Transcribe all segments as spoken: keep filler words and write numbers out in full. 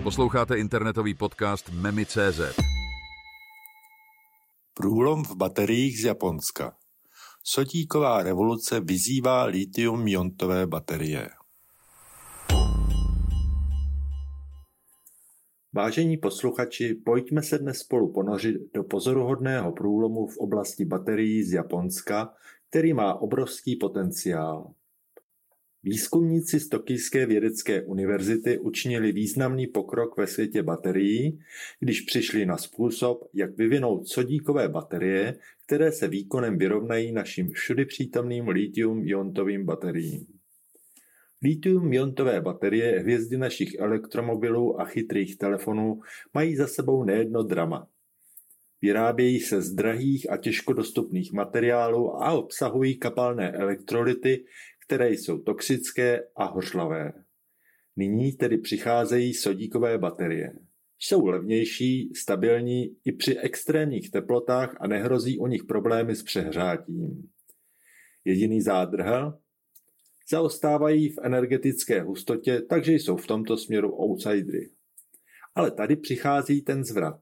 Posloucháte internetový podcast Memi tečka cé zet. Průlom v bateriích z Japonska. Sodíková revoluce vyzývá lithium-iontové baterie. Vážení posluchači, pojďme se dnes spolu ponořit do pozoruhodného průlomu v oblasti baterií z Japonska, který má obrovský potenciál. Výzkumníci z Tokijské vědecké univerzity učinili významný pokrok ve světě baterií, když přišli na způsob, jak vyvinout sodíkové baterie, které se výkonem vyrovnají našim všudy přítomným lithium-iontovým bateriím. Lithium-iontové baterie hvězdy našich elektromobilů a chytrých telefonů mají za sebou nejedno drama. Vyrábějí se z drahých a těžko dostupných materiálů a obsahují kapalné elektrolyty, které jsou toxické a hořlavé. Nyní tedy přicházejí sodíkové baterie. Jsou levnější, stabilní i při extrémních teplotách a nehrozí u nich problémy s přehřátím. Jediný zádrhel? Zaostávají v energetické hustotě, takže jsou v tomto směru outsidery. Ale tady přichází ten zvrat.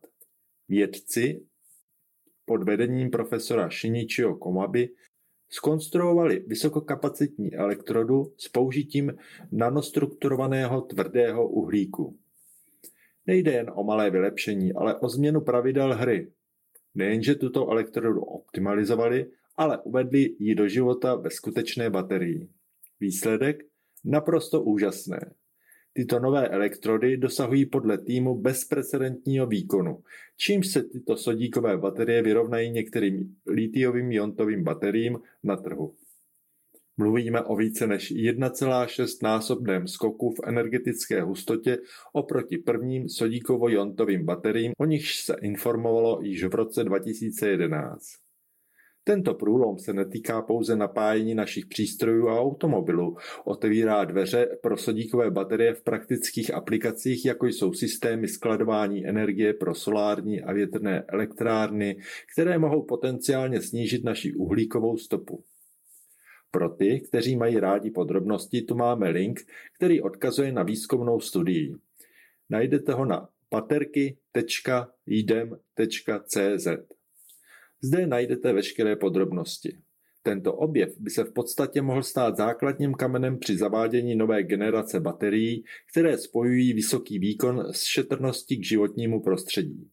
Vědci pod vedením profesora Shinichio Komaby zkonstruovali vysokokapacitní elektrodu s použitím nanostrukturovaného tvrdého uhlíku. Nejde jen o malé vylepšení, ale o změnu pravidel hry. Nejenže tuto elektrodu optimalizovali, ale uvedli ji do života ve skutečné baterii. Výsledek? Naprosto úžasné. Tyto nové elektrody dosahují podle týmu bezprecedentního výkonu, čímž se tyto sodíkové baterie vyrovnají některým lithiovým iontovým bateriím na trhu. Mluvíme o více než jedna celá šest násobném skoku v energetické hustotě oproti prvním sodíkovo-iontovým bateriím, o nichž se informovalo již v roce dva tisíce jedenáct. Tento průlom se netýká pouze napájení našich přístrojů a automobilů, otevírá dveře pro sodíkové baterie v praktických aplikacích, jako jsou systémy skladování energie pro solární a větrné elektrárny, které mohou potenciálně snížit naši uhlíkovou stopu. Pro ty, kteří mají rádi podrobnosti, tu máme link, který odkazuje na výzkumnou studii. Najdete ho na baterky tečka idem tečka cé zet. Zde najdete veškeré podrobnosti. Tento objev by se v podstatě mohl stát základním kamenem při zavádění nové generace baterií, které spojují vysoký výkon s šetrností k životnímu prostředí.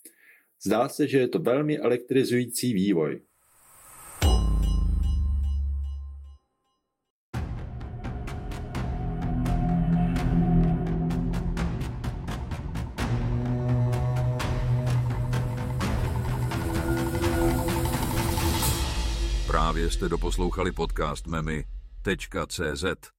Zdá se, že je to velmi elektrizující vývoj. Právě jste doposlouchali podcast Memi tečka cé zet.